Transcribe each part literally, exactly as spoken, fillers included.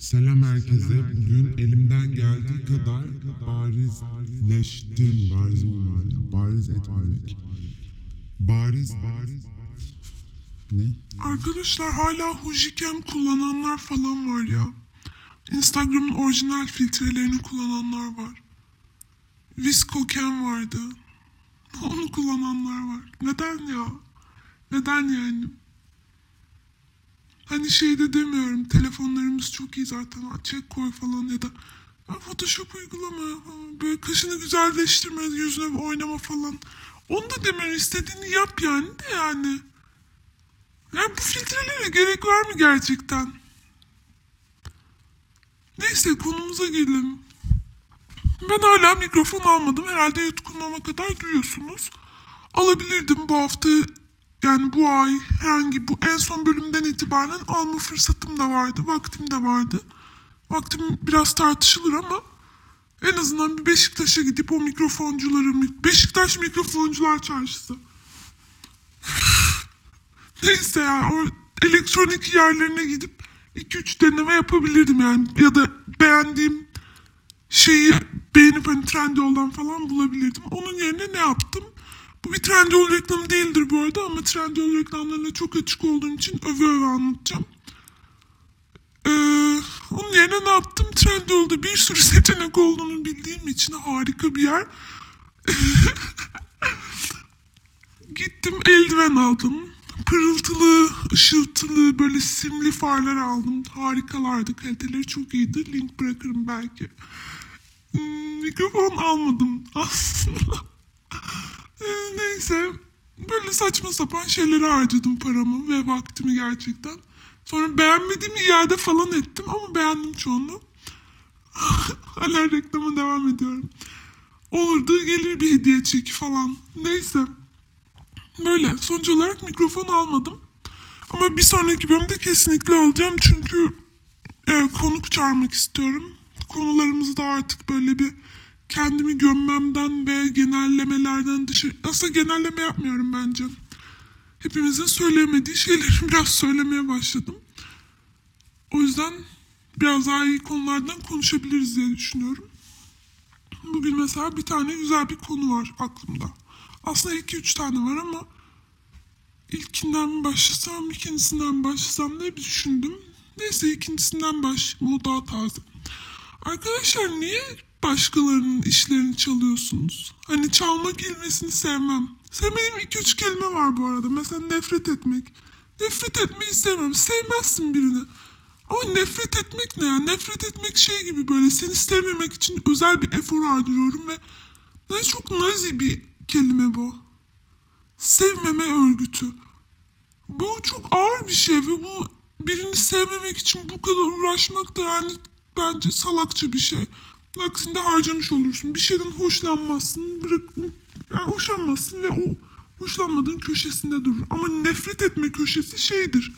Selam herkese. Bugün elimden geldiği kadar barizleştim. Bariz olmadı. Bariz etmemek. Bariz, bariz. Ne? Arkadaşlar hala Hujicam kullananlar falan var ya. Instagram'ın orijinal filtrelerini kullananlar var. Viscocam vardı. Onu kullananlar var. Neden ya? Neden yani? Hani şey de demiyorum. Telefonlarımız çok iyi zaten. Çek koy falan ya da ya Photoshop uygulama. Böyle kaşını güzelleştirme, yüzüne oynama falan. Onu da demiyorum. İstediğini yap yani de yani. Ya bu filtrelere gerek var mı gerçekten? Neyse konumuza gelelim. Ben hala mikrofon almadım. Herhalde yutkunmama kadar duyuyorsunuz. Alabilirdim bu hafta, yani bu ay herhangi bu en son bölümden itibaren alma fırsatım da vardı. Vaktim de vardı. Vaktim biraz tartışılır ama en azından bir Beşiktaş'a gidip o mikrofoncuları, Beşiktaş Mikrofoncular Çarşısı. Neyse ya, o elektronik yerlerine gidip iki üç deneme yapabilirdim yani. Ya da beğendiğim şeyi beğenip hani Trendyol'dan falan bulabilirdim. Onun yerine ne yaptım? Bu bir Trendyol reklamı değildir bu arada ama Trendyol reklamlarına çok açık olduğum için öve öve anlatacağım. Ee, onun yerine ne yaptım? Trendyol'da bir sürü seçenek olduğunu bildiğim için harika bir yer. Gittim eldiven aldım. Pırıltılı, ışıltılı, böyle simli farlar aldım. Harikalardı, kaliteleri çok iyiydi. Link bırakırım belki. Hmm, mikrofon almadım aslında. Ee, neyse, böyle saçma sapan şeylere harcadım paramı ve vaktimi gerçekten. Sonra beğenmediğimi iade falan ettim ama beğendim çoğunu. Hala reklama devam ediyorum. Olur da gelir bir hediye çeki falan. Neyse. Böyle sonuç olarak mikrofon almadım. Ama bir sonraki bölümde kesinlikle alacağım çünkü e, konuk çağırmak istiyorum. Konularımızı da artık böyle bir kendimi gömmemden ve genellemelerden dışarı... Aslında genelleme yapmıyorum bence. Hepimizin söyleyemediği şeyleri biraz söylemeye başladım. O yüzden biraz daha iyi konulardan konuşabiliriz diye düşünüyorum. Bugün mesela bir tane güzel bir konu var aklımda. Aslında iki üç tane var ama ilkinden mi başlasam, ikincisinden mi başlasam diye bir düşündüm. Neyse ikincisinden başlayayım, o daha taze. Arkadaşlar niye başkalarının işlerini çalıyorsunuz? Hani çalma kelimesini sevmem. Sevmediğim iki üç kelime var bu arada. Mesela nefret etmek. Nefret etmeyi sevmem. Sevmezsin birini. Ama nefret etmek ne ya? Nefret etmek şey gibi, böyle seni sevmemek için özel bir efor harcıyorum ve ne çok nazi bir kelime bu. Sevmeme örgütü. Bu çok ağır bir şey ve bu birini sevmemek için bu kadar uğraşmak da yani bence salakça bir şey. Aksinde harcamış olursun. Bir şeyden hoşlanmazsın, bırak, yani hoşlanmazsın ve o hoşlanmadığın köşesinde durur. Ama nefret etme köşesi şeydir.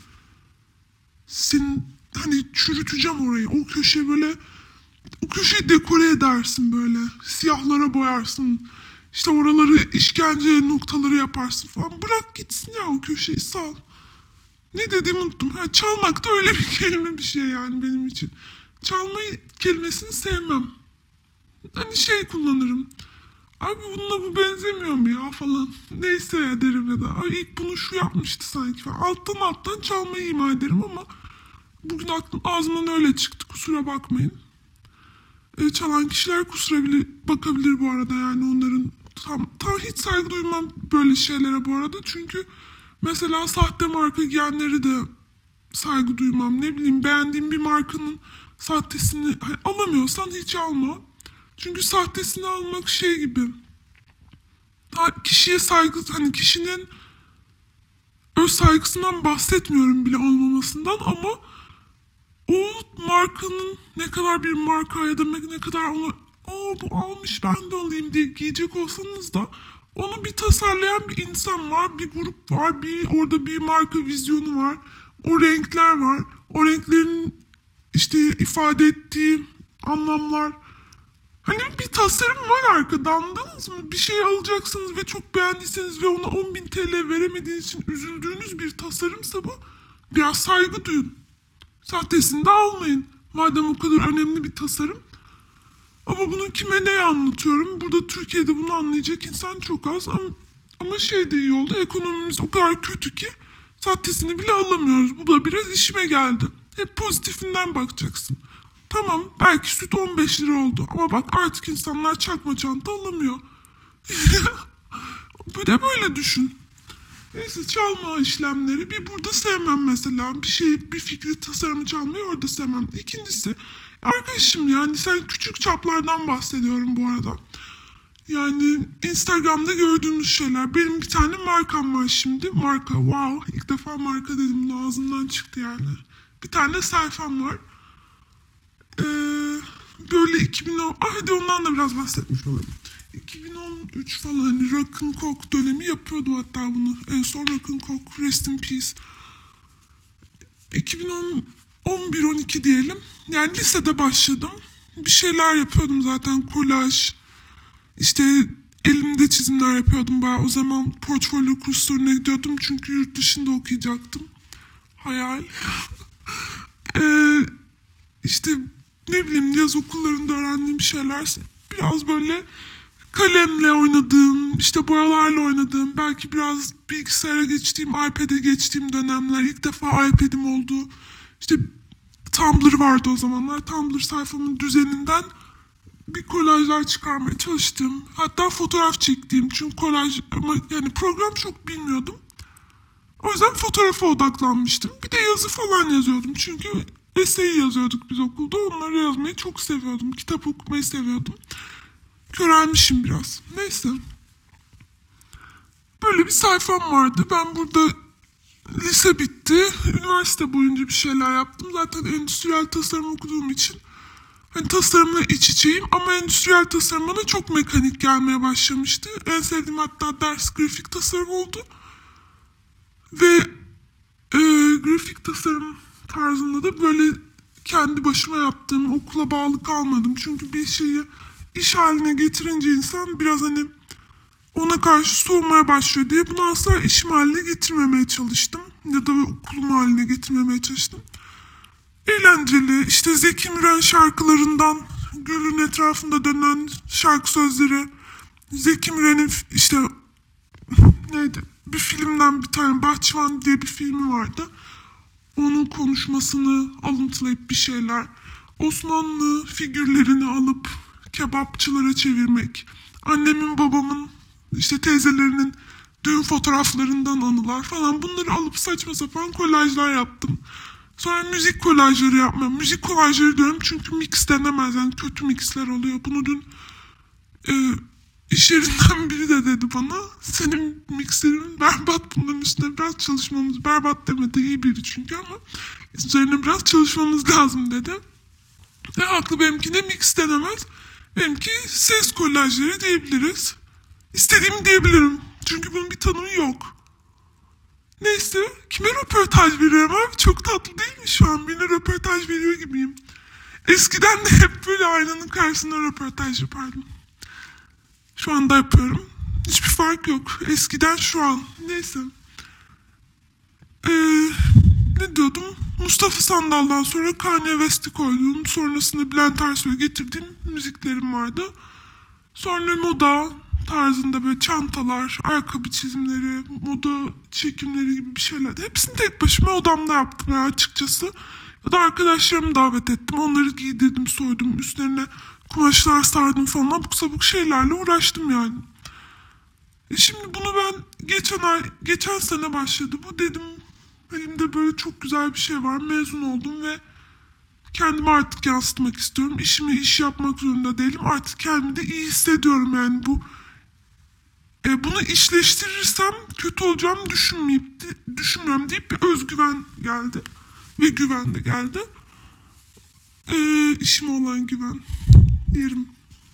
Senin hani çürüteceğim orayı. O köşe böyle, o köşeyi dekore edersin böyle. Siyahlara boyarsın. İşte oraları işkence noktaları yaparsın falan. Bırak gitsin ya, o köşeyi sal. Ne dediğimi unuttum. Ha, çalmak da öyle bir kelime bir şey yani benim için. Çalmayı kelimesini sevmem. Hani şey kullanırım. Abi bununla bu benzemiyor mu ya falan. Neyse ya derim ya da. Ay ilk bunu şu yapmıştı sanki falan. Alttan alttan çalmayı ima ederim ama bugün aklım ağzımdan öyle çıktı. Kusura bakmayın. E, çalan kişiler kusura bile bakabilir bu arada, yani onların tam, tam hiç saygı duymam böyle şeylere bu arada. Çünkü mesela sahte marka giyenleri de saygı duymam. Ne bileyim, beğendiğim bir markanın sahtesini hani alamıyorsan hiç alma. Çünkü sahtesini almak şey gibi. Kişiye saygı, hani kişinin öz saygısından bahsetmiyorum bile olmamasından ama o markanın ne kadar bir marka ya da ne kadar onu aa bu almış ben de alayım diye giyecek olsanız da onu bir tasarlayan bir insan var, bir grup var, bir orada bir marka vizyonu var. O renkler var. O renklerin işte ifade ettiği anlamlar. Hani bir tasarım var arkada, anladınız mı? Bir şey alacaksınız ve çok beğendiyseniz ve ona on bin T L veremediğiniz için üzüldüğünüz bir tasarımsa bu, biraz saygı duyun. Sahtesini de almayın. Madem o kadar önemli bir tasarım. Ama bunu kime ne anlatıyorum? Burada Türkiye'de bunu anlayacak insan çok az. Ama, ama şey de iyi oldu. Ekonomimiz o kadar kötü ki sahtesini bile alamıyoruz. Bu da biraz işime geldi. Hep pozitifinden bakacaksın. Tamam belki süt on beş lira oldu. Ama bak artık insanlar çakma çanta alamıyor. Bir de böyle düşün. Neyse çalma işlemleri. Bir burada sevmem mesela. Bir şey, bir fikri tasarımı çalmayı orada sevmem. İkincisi arkadaşım yani sen küçük çaplardan bahsediyorum bu arada. Yani Instagram'da gördüğümüz şeyler. Benim bir tane markam var şimdi. Marka wow. İlk defa marka dedim. Ağzımdan çıktı yani. Bir tane sayfam var. Ee, böyle iki bin on... Ah, hadi ondan da biraz bahsetmiş olayım. iki bin on üç falan hani Rock'n'Coke dönemi yapıyordu hatta bunu. En son Rock'n'Coke Rest in Peace. iki bin on bir on iki diyelim. Yani lisede başladım. Bir şeyler yapıyordum zaten. Kolaj. İşte elimde çizimler yapıyordum bayağı. O zaman portfolyo kurslarına gidiyordum. Çünkü yurt dışında okuyacaktım. Hayal. ee, işte ne bileyim yaz okullarında öğrendiğim şeyler. Biraz böyle kalemle oynadığım, işte boyalarla oynadığım, belki biraz bilgisayara geçtiğim, iPad'e geçtiğim dönemler, ilk defa iPad'im oldu. İşte Tumblr vardı o zamanlar. Tumblr sayfamın düzeninden bir kolajlar çıkarmaya çalıştım. Hatta fotoğraf çektiğim. Çünkü kolaj, ama yani program çok bilmiyordum. O yüzden fotoğrafa odaklanmıştım. Bir de yazı falan yazıyordum. Çünkü essay yazıyorduk biz okulda. Onları yazmayı çok seviyordum. Kitap okumayı seviyordum. Körelmişim biraz. Neyse. Böyle bir sayfam vardı. Ben burada lise bitti. Üniversite boyunca bir şeyler yaptım. Zaten endüstriyel tasarım okuduğum için hani tasarımla iç içeyim. Ama endüstriyel tasarım bana çok mekanik gelmeye başlamıştı. En sevdiğim hatta ders grafik tasarım oldu. Ve e, grafik tasarım tarzında da böyle kendi başıma yaptığım, okula bağlı kalmadım. Çünkü bir şeyi iş haline getirince insan biraz hani ona karşı soğumaya başlıyor diye bunu asla işim haline getirmemeye çalıştım. Ya da okulum haline getirmemeye çalıştım. Eğlenceli, işte Zeki Müren şarkılarından Gölün Etrafında dönen şarkı sözleri, Zeki Müren'in işte neydi bir filmden bir tane Bahçıvan diye bir filmi vardı. Onun konuşmasını alıntılayıp bir şeyler, Osmanlı figürlerini alıp kebapçılara çevirmek, annemin babamın işte teyzelerinin düğün fotoğraflarından anılar falan, bunları alıp saçma sapan kolajlar yaptım. Sonra müzik kolajları yapmam. Müzik kolajları diyorum çünkü mix denemez. Yani kötü mixler oluyor. Bunu dün e, iş yerinden biri de dedi bana. Senin mixlerin berbat, bunların üstüne biraz çalışmamız, berbat demedi, iyi biri çünkü, ama üzerine biraz çalışmamız lazım dedi. E haklı, benimki de mix denemez. Benimki ses kolajları diyebiliriz. İstediğimi diyebilirim. Çünkü bunun bir tanımı yok. Neyse, kime röportaj veriyorum abi? Çok tatlı değil mi şu an? Birine röportaj veriyor gibiyim. Eskiden de hep böyle aynanın karşısında röportaj yapardım. Şu anda yapıyorum. Hiçbir fark yok. Eskiden şu an. Neyse. Ee, ne diyordum? Mustafa Sandal'dan sonra Kanye West'i koyduğum, sonrasında Bülent Ersoy'u getirdiğim müziklerim vardı. Sonra moda tarzında böyle çantalar, ayakkabı çizimleri, moda çekimleri gibi bir şeyler. Hepsini tek başıma odamda yaptım ya açıkçası. Ya da arkadaşlarımı davet ettim. Onları giydirdim, soydum. Üstlerine kumaşlar sardım falan. Abuk sabuk şeylerle uğraştım yani. E şimdi bunu ben geçen ay, geçen sene başladı. Bu dedim, elimde böyle çok güzel bir şey var. Mezun oldum ve kendimi artık yansıtmak istiyorum. İşimi iş yapmak zorunda değilim. Artık kendimi de iyi hissediyorum yani bu. E, bunu işleştirirsem kötü olacağımı düşünmeyip, düşünmüyorum deyip bir özgüven geldi. Ve güven de geldi. E, işime olan güven diyelim.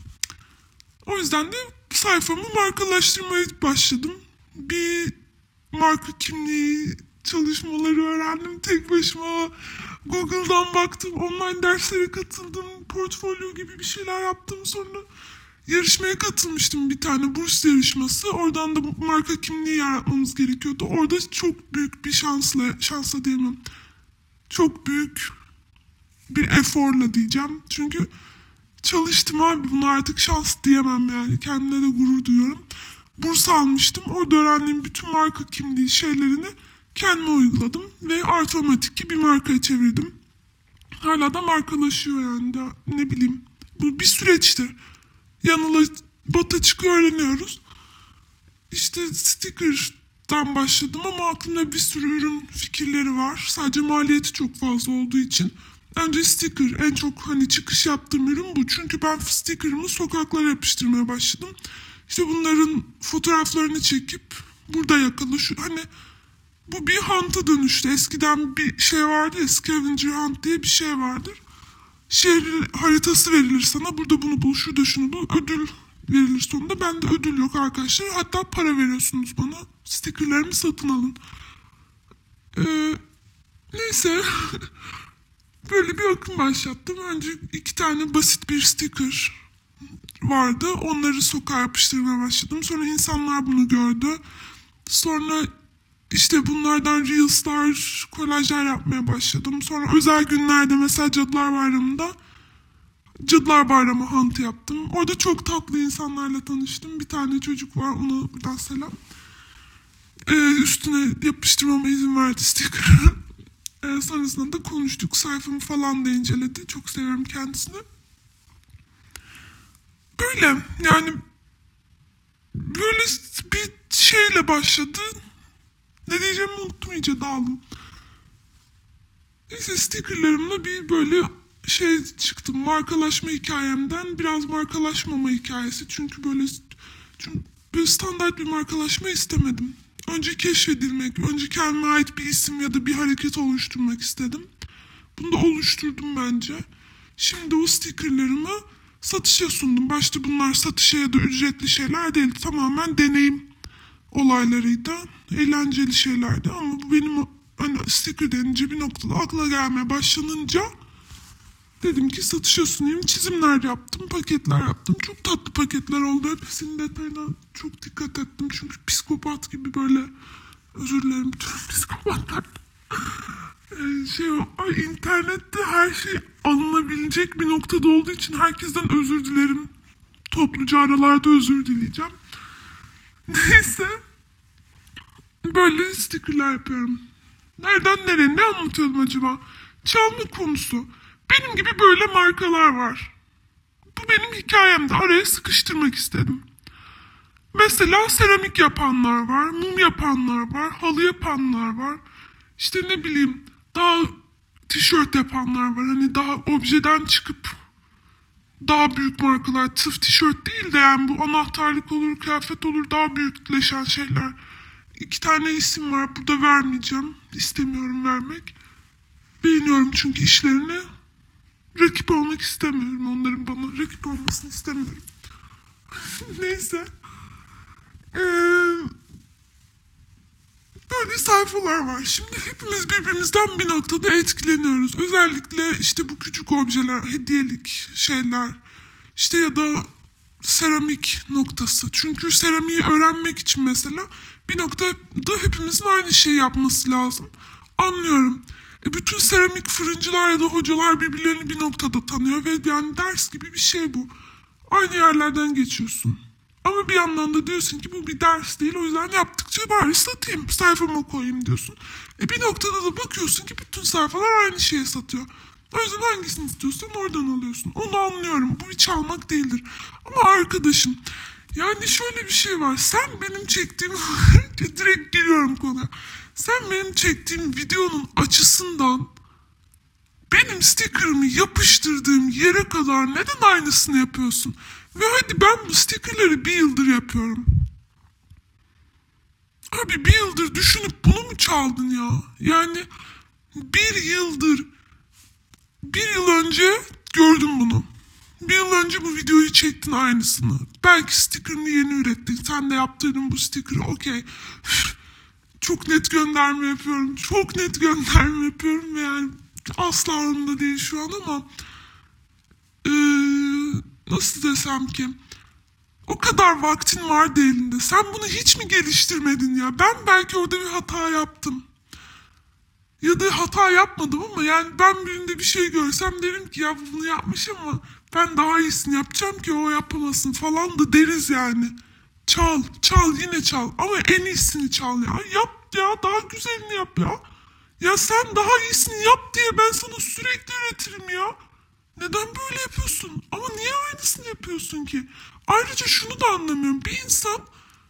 O yüzden de sayfamı markalaştırmaya başladım. Bir marka kimliği çalışmaları öğrendim tek başıma. Google'dan baktım, online derslere katıldım, portfolyo gibi bir şeyler yaptım. Sonra yarışmaya katılmıştım, bir tane burs yarışması. Oradan da marka kimliği yaratmamız gerekiyordu. Orada çok büyük bir şansla, şansla diyemem, çok büyük bir eforla diyeceğim. Çünkü çalıştım abi, bunu artık şans diyemem yani. Kendime de gurur duyuyorum. Burs almıştım. Orada öğrendiğim bütün marka kimliği şeylerini kendime uyguladım. Ve otomatik ki bir markaya çevirdim. Hala da markalaşıyor yani. Da, ne bileyim. Bu bir süreçtir. Yanıla bata çıkıyor, öğreniyoruz. İşte sticker'dan başladım ama aklımda bir sürü ürün fikirleri var. Sadece maliyeti çok fazla olduğu için. Önce sticker, en çok hani çıkış yaptığım ürün bu. Çünkü ben sticker'ımı sokaklara yapıştırmaya başladım. İşte bunların fotoğraflarını çekip burada yakalı şu hani bu bir hunt'a dönüştü. Eskiden bir şey vardı ya, scavenger hunt diye bir şey vardır. Şehir haritası verilir sana. Burada bunu bul, şurada şunu bul. Ödül verilir sonunda. Bende ödül yok arkadaşlar. Hatta para veriyorsunuz bana. Stickerlarımı satın alın. Ee, neyse. Böyle bir akım başlattım. Önce iki tane basit bir sticker vardı. Onları sokağa yapıştırmaya başladım. Sonra insanlar bunu gördü. Sonra işte bunlardan reels'lar, kolajlar yapmaya başladım. Sonra özel günlerde mesela Cadılar Bayramı'nda Cadılar Bayramı hunt yaptım. Orada çok tatlı insanlarla tanıştım. Bir tane çocuk var, ona buradan selam. Ee, üstüne yapıştırmama izin verdi sticker'ı. Ee, sonrasında da konuştuk. Sayfamı falan da inceledi. Çok seviyorum kendisini. Böyle yani böyle bir şeyle başladı. Ne diyeceğimi unuttum, iyice dağıldım. Neyse, stickerlarımla bir böyle şey çıktım. Markalaşma hikayemden biraz markalaşmama hikayesi. Çünkü böyle, çünkü böyle standart bir markalaşma istemedim. Önce keşfedilmek, önce kendime ait bir isim ya da bir hareket oluşturmak istedim. Bunu da oluşturdum bence. Şimdi o stickerlarımı satışa sundum. Başta bunlar satışa ya da ücretli şeyler değil. Tamamen deneyim olaylarıydı. Eğlenceli şeylerdi ama bu benim hani sticker denince bir noktada akla gelmeye başlanınca dedim ki satışa sunayım. Çizimler yaptım, paketler yaptım. Çok tatlı paketler oldu. Hepsinin detayına çok dikkat ettim. Çünkü psikopat gibi böyle, özür dilerim bütün psikopatlar. Ee, şey ay, internette her şey alınabilecek bir noktada olduğu için herkesten özür dilerim. Topluca aralarda özür dileyeceğim. Neyse. Böyle stickerlar yapıyorum. Nereden nereye ne anlatıyordum acaba? Çalma konusu. Benim gibi böyle markalar var. Bu benim hikayemde, araya sıkıştırmak istedim. Mesela seramik yapanlar var, mum yapanlar var, halı yapanlar var. İşte ne bileyim, daha tişört yapanlar var. Hani daha objeden çıkıp daha büyük markalar, tıf tişört değil de yani bu anahtarlık olur, kıyafet olur, daha büyükleşen şeyler. İki tane isim var, burada vermeyeceğim. İstemiyorum vermek. Beğeniyorum çünkü işlerini. Rakip olmak istemiyorum. Onların bana rakip olmasını istemiyorum. Neyse. Ee, böyle sayfalar var. Şimdi hepimiz birbirimizden bir noktada etkileniyoruz. Özellikle işte bu küçük objeler, hediyelik şeyler. İşte ya da seramik noktası. Çünkü seramiği öğrenmek için mesela bir noktada hepimizin aynı şeyi yapması lazım. Anlıyorum. E bütün seramik fırıncılar ya da hocalar birbirlerini bir noktada tanıyor ve yani ders gibi bir şey bu. Aynı yerlerden geçiyorsun. Ama bir yandan da diyorsun ki bu bir ders değil, o yüzden yaptıkça bari satayım, sayfama koyayım diyorsun. E bir noktada da bakıyorsun ki bütün sayfalar aynı şeyi satıyor. O yüzden hangisini istiyorsan oradan alıyorsun. Onu anlıyorum, bu bir çalmak değildir. Ama arkadaşım, yani şöyle bir şey var. Sen benim çektiğim, direkt giriyorum konuya. Sen benim çektiğim videonun açısından benim sticker'ımı yapıştırdığım yere kadar neden aynısını yapıyorsun? Ve hadi ben bu sticker'ları bir yıldır yapıyorum. Abi bir yıldır düşünüp bunu mu çaldın ya? Yani bir yıldır, bir yıl önce gördüm bunu. Bir yıl önce bu videoyu çektin aynısını. Belki sticker'ını yeni ürettin. Sen de yaptırdın bu sticker'ı, okey. Çok net gönderme yapıyorum. Çok net gönderme yapıyorum ve yani asla umurumda değil şu an ama ee, nasıl desem ki, o kadar vaktin vardı elinde. Sen bunu hiç mi geliştirmedin ya? Ben belki orada bir hata yaptım. Ya da hata yapmadım ama yani ben birinde bir şey görsem derim ki ya bunu yapmış ama ben daha iyisini yapacağım ki o yapamasın falan da deriz yani. Çal, çal yine çal ama en iyisini çal ya. Yap ya, daha güzelini yap ya. Ya sen daha iyisini yap diye ben sana sürekli öğretirim ya. Neden böyle yapıyorsun? Ama niye aynısını yapıyorsun ki? Ayrıca şunu da anlamıyorum. Bir insan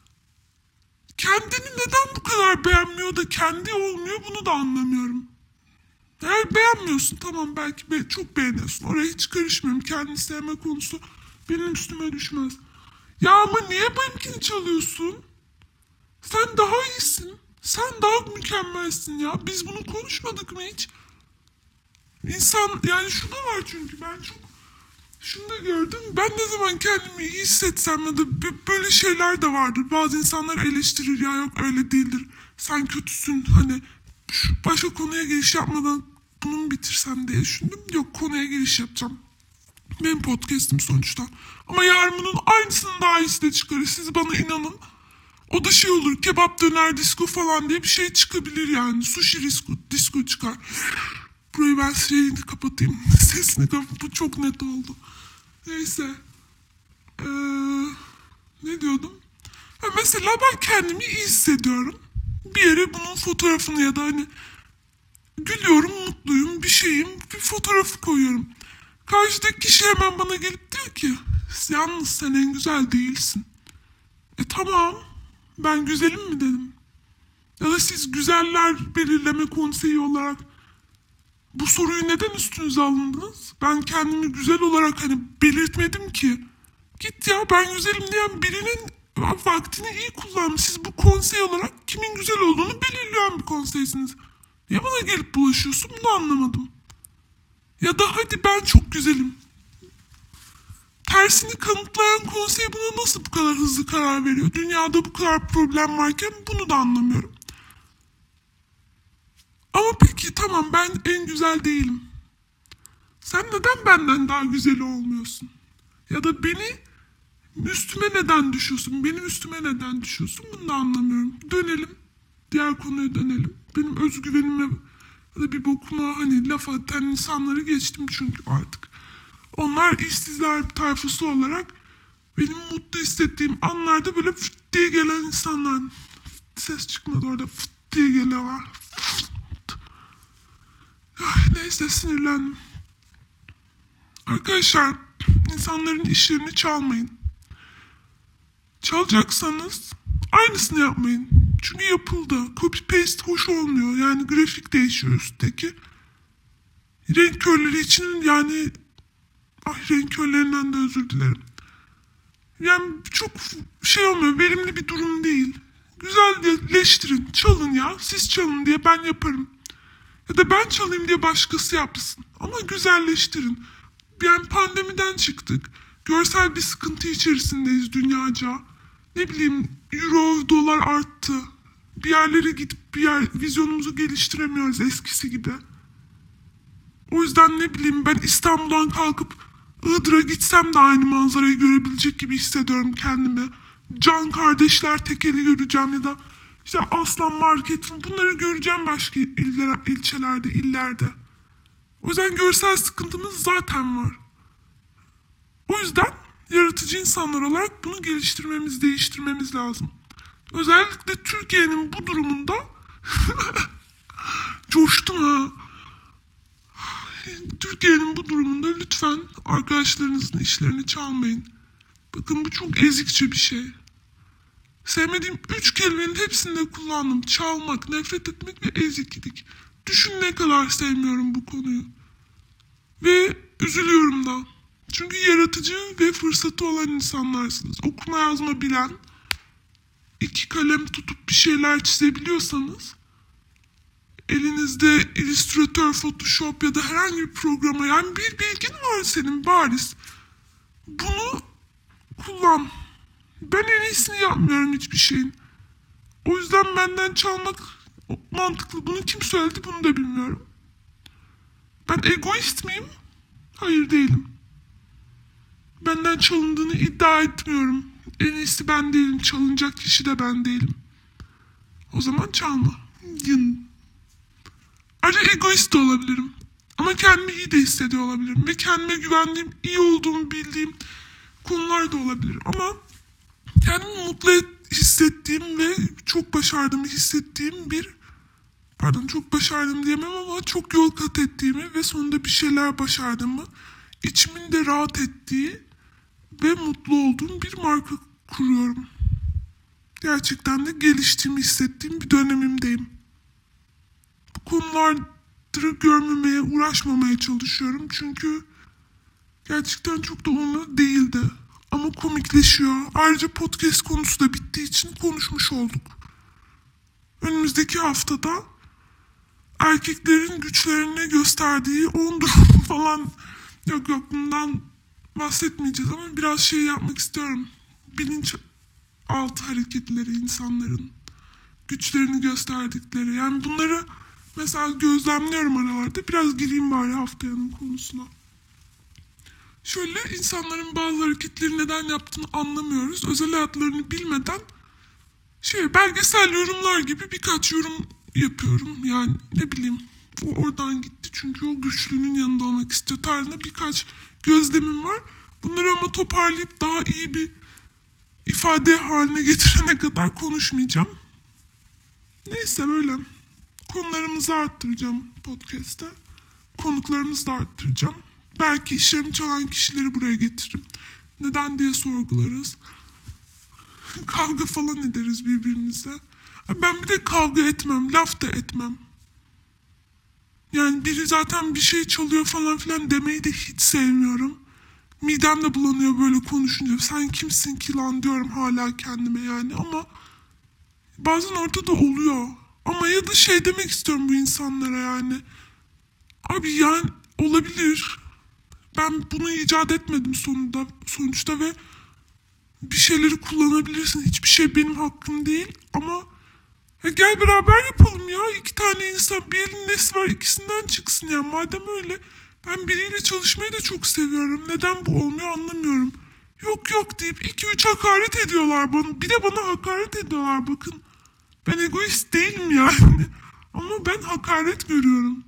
kendini neden bu kadar beğenmiyor da kendi olmuyor, bunu da anlamıyorum. Eğer beğenmiyorsun tamam, belki be çok beğeniyorsun. Oraya hiç karışmıyorum. Kendini sevme konusu benim üstüme düşmez. Ya ama niye benimkini çalıyorsun? Sen daha iyisin. Sen daha mükemmelsin ya. Biz bunu konuşmadık mı hiç? İnsan yani şu da var, çünkü ben çok şunu da gördüm. Ben ne zaman kendimi iyi hissetsem ya da böyle şeyler de vardır. Bazı insanlar eleştirir ya, yok öyle değildir. Sen kötüsün, hani şu başka konuya giriş yapmadan bunu mu bitirsem diye düşündüm. Yok, konuya giriş yapacağım. Benim podcast'im sonuçta. Ama yarın bunun aynısının daha iyisi de çıkarır. Siz bana inanın. O da şey olur, kebap döner disco falan diye bir şey çıkabilir yani. Sushi disco, disco çıkar. Burayı ben şeyini kapatayım. Sesini kapat. Bu çok net oldu. Neyse. Ee, ne diyordum? Ha, mesela ben kendimi iyi hissediyorum. Bir yere bunun fotoğrafını ya da hani gülüyorum, mutluyum, bir şeyim, bir fotoğrafı koyuyorum. Karşıdaki kişi hemen bana gelip diyor ki yalnız sen en güzel değilsin. E tamam, ben güzelim mi dedim. Ya da siz güzeller belirleme konseyi olarak bu soruyu neden üstünüze alındınız? Ben kendimi güzel olarak hani belirtmedim ki. Git ya, ben güzelim diyen birinin vaktini iyi kullanmış. Siz bu konsey olarak kimin güzel olduğunu belirleyen bir konseysiniz. Niye bana gelip bulaşıyorsun, bunu anlamadım. Ya da hadi ben çok güzelim. Tersini kanıtlayan konsey buna nasıl bu kadar hızlı karar veriyor? Dünyada bu kadar problem varken bunu da anlamıyorum. Ama peki tamam, ben en güzel değilim. Sen neden benden daha güzel olmuyorsun? Ya da beni üstüme neden düşüyorsun? Benim üstüme neden düşüyorsun? Bunu da anlamıyorum. Dönelim. Diğer konuya dönelim. Benim özgüvenime ya da bir bokuma hani laf atan insanları geçtim çünkü artık. Onlar işsizler tayfası olarak benim mutlu hissettiğim anlarda böyle fıt diye gelen insanlar. Ses çıkmadı orada, fıt diye geliyorlar. Neyse, sinirlendim. Arkadaşlar, insanların işlerini çalmayın. Çalacaksanız aynısını yapmayın. Çünkü yapıldı. Copy paste hoş olmuyor. Yani grafik değişiyor üstteki. Renk körleri için yani ay renk körlerinden de özür dilerim. Yani çok şey olmuyor. Verimli bir durum değil. Güzelleştirin. Çalın ya. Siz çalın diye ben yaparım. Ya da ben çalayım diye başkası yapsın. Ama güzelleştirin. Yani pandemiden çıktık. Görsel bir sıkıntı içerisindeyiz dünyaca. Ne bileyim, euro, dolar arttı. Bir yerlere gidip bir yer, vizyonumuzu geliştiremiyoruz eskisi gibi. O yüzden ne bileyim, ben İstanbul'dan kalkıp Iğdır'a gitsem de aynı manzarayı görebilecek gibi hissediyorum kendimi. Can kardeşler tekeli göreceğim ya da işte Aslan Market, bunları göreceğim başka iller, ilçelerde, illerde. O yüzden görsel sıkıntımız zaten var. O yüzden yaratıcı insanlar olarak bunu geliştirmemiz, değiştirmemiz lazım. Özellikle Türkiye'nin bu durumunda coştum ha. Türkiye'nin bu durumunda lütfen arkadaşlarınızın işlerini çalmayın. Bakın, bu çok ezikçe bir şey. Sevmediğim üç kelimenin hepsini de kullandım. Çalmak, nefret etmek ve eziklik. Düşün ne kadar sevmiyorum bu konuyu. Ve üzülüyorum da. Çünkü yaratıcı ve fırsatı olan insanlarsınız. Okuma yazma bilen, iki kalem tutup bir şeyler çizebiliyorsanız, elinizde Illustrator, Photoshop ya da herhangi bir programa, yani bir bilgin var senin bariz. Bunu kullan. Ben en iyisini yapmıyorum hiçbir şeyin. O yüzden benden çalmak mantıklı. Bunu kim söyledi, bunu da bilmiyorum. Ben egoist miyim? Hayır, değilim. Benden çalındığını iddia etmiyorum. En iyisi ben değilim. Çalınacak kişi de ben değilim. O zaman çalma. Yın. Ayrıca egoist de olabilirim. Ama kendimi iyi de hissediyor olabilirim. Ve kendime güvendiğim, iyi olduğumu bildiğim konular da olabilir. Ama kendimi mutlu hissettiğim ve çok başardığımı hissettiğim bir, pardon çok başardım diyemem ama çok yol kat ettiğimi ve sonunda bir şeyler başardığımı, içimin de rahat ettiği ve mutlu olduğum bir marka kuruyorum. Gerçekten de geliştiğimi hissettiğim bir dönemimdeyim. Bu konuları görmemeye, uğraşmamaya çalışıyorum. Çünkü gerçekten çok da onu değildi. Ama komikleşiyor. Ayrıca podcast konusu da bittiği için konuşmuş olduk. Önümüzdeki haftada erkeklerin güçlerini gösterdiği on durum falan, yok yok bundan bahsetmeyeceğiz ama biraz şey yapmak istiyorum. Bilinç altı hareketleri, insanların güçlerini gösterdikleri. Yani bunları mesela gözlemliyorum aralarda. Biraz gireyim bari haftaya konusuna. Şöyle, insanların bazı hareketleri neden yaptığını anlamıyoruz. Özel hayatlarını bilmeden şey, belgesel yorumlar gibi birkaç yorum yapıyorum. Yani ne bileyim, o oradan gitti çünkü o güçlünün yanında olmak istiyor tarzında birkaç gözlemim var. Bunları ama toparlayıp daha iyi bir ifade haline getirene kadar konuşmayacağım. Neyse, böyle konularımızı arttıracağım podcast'te. Konuklarımızı da arttıracağım. Belki işlerimi çalan kişileri buraya getiririm. Neden diye sorgularız. Kavga falan ederiz birbirimize. Ben bir de kavga etmem, laf da etmem. Yani biri zaten bir şey çalıyor falan filan demeyi de hiç sevmiyorum. Midem de bulanıyor böyle konuşunca. Sen kimsin ki lan diyorum hala kendime yani, ama bazen ortada oluyor. Ama ya da şey demek istiyorum bu insanlara yani. Abi yani olabilir. Ben bunu icat etmedim sonunda, sonuçta ve bir şeyleri kullanabilirsin. Hiçbir şey benim hakkım değil ama ya gel beraber yapalım ya. İki tane insan, bir elin nesi var, ikisinden çıksın ya. Madem öyle, ben biriyle çalışmayı da çok seviyorum. Neden bu olmuyor anlamıyorum. Yok yok deyip iki üç hakaret ediyorlar bana. Bir de bana hakaret ediyorlar, bakın. Ben egoist değilim yani. Ama ben hakaret görüyorum.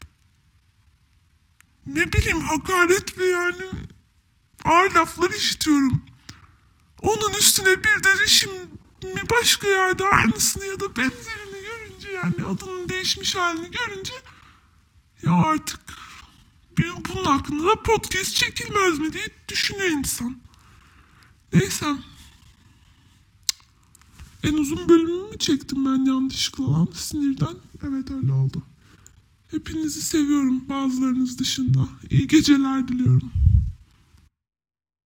Ne bileyim, hakaret ve yani ağır laflar işitiyorum. Onun üstüne bir de şimdi başka yerde aynısını ya da benzerini görünce, yani adının değişmiş halini görünce, ya artık bunun hakkında da podcast çekilmez mi diye düşünüyor insan. Neyse. En uzun bölümümü çektim ben yanlışlıkla lan, sinirden. Evet, öyle oldu. Hepinizi seviyorum, bazılarınız dışında. İyi geceler diliyorum.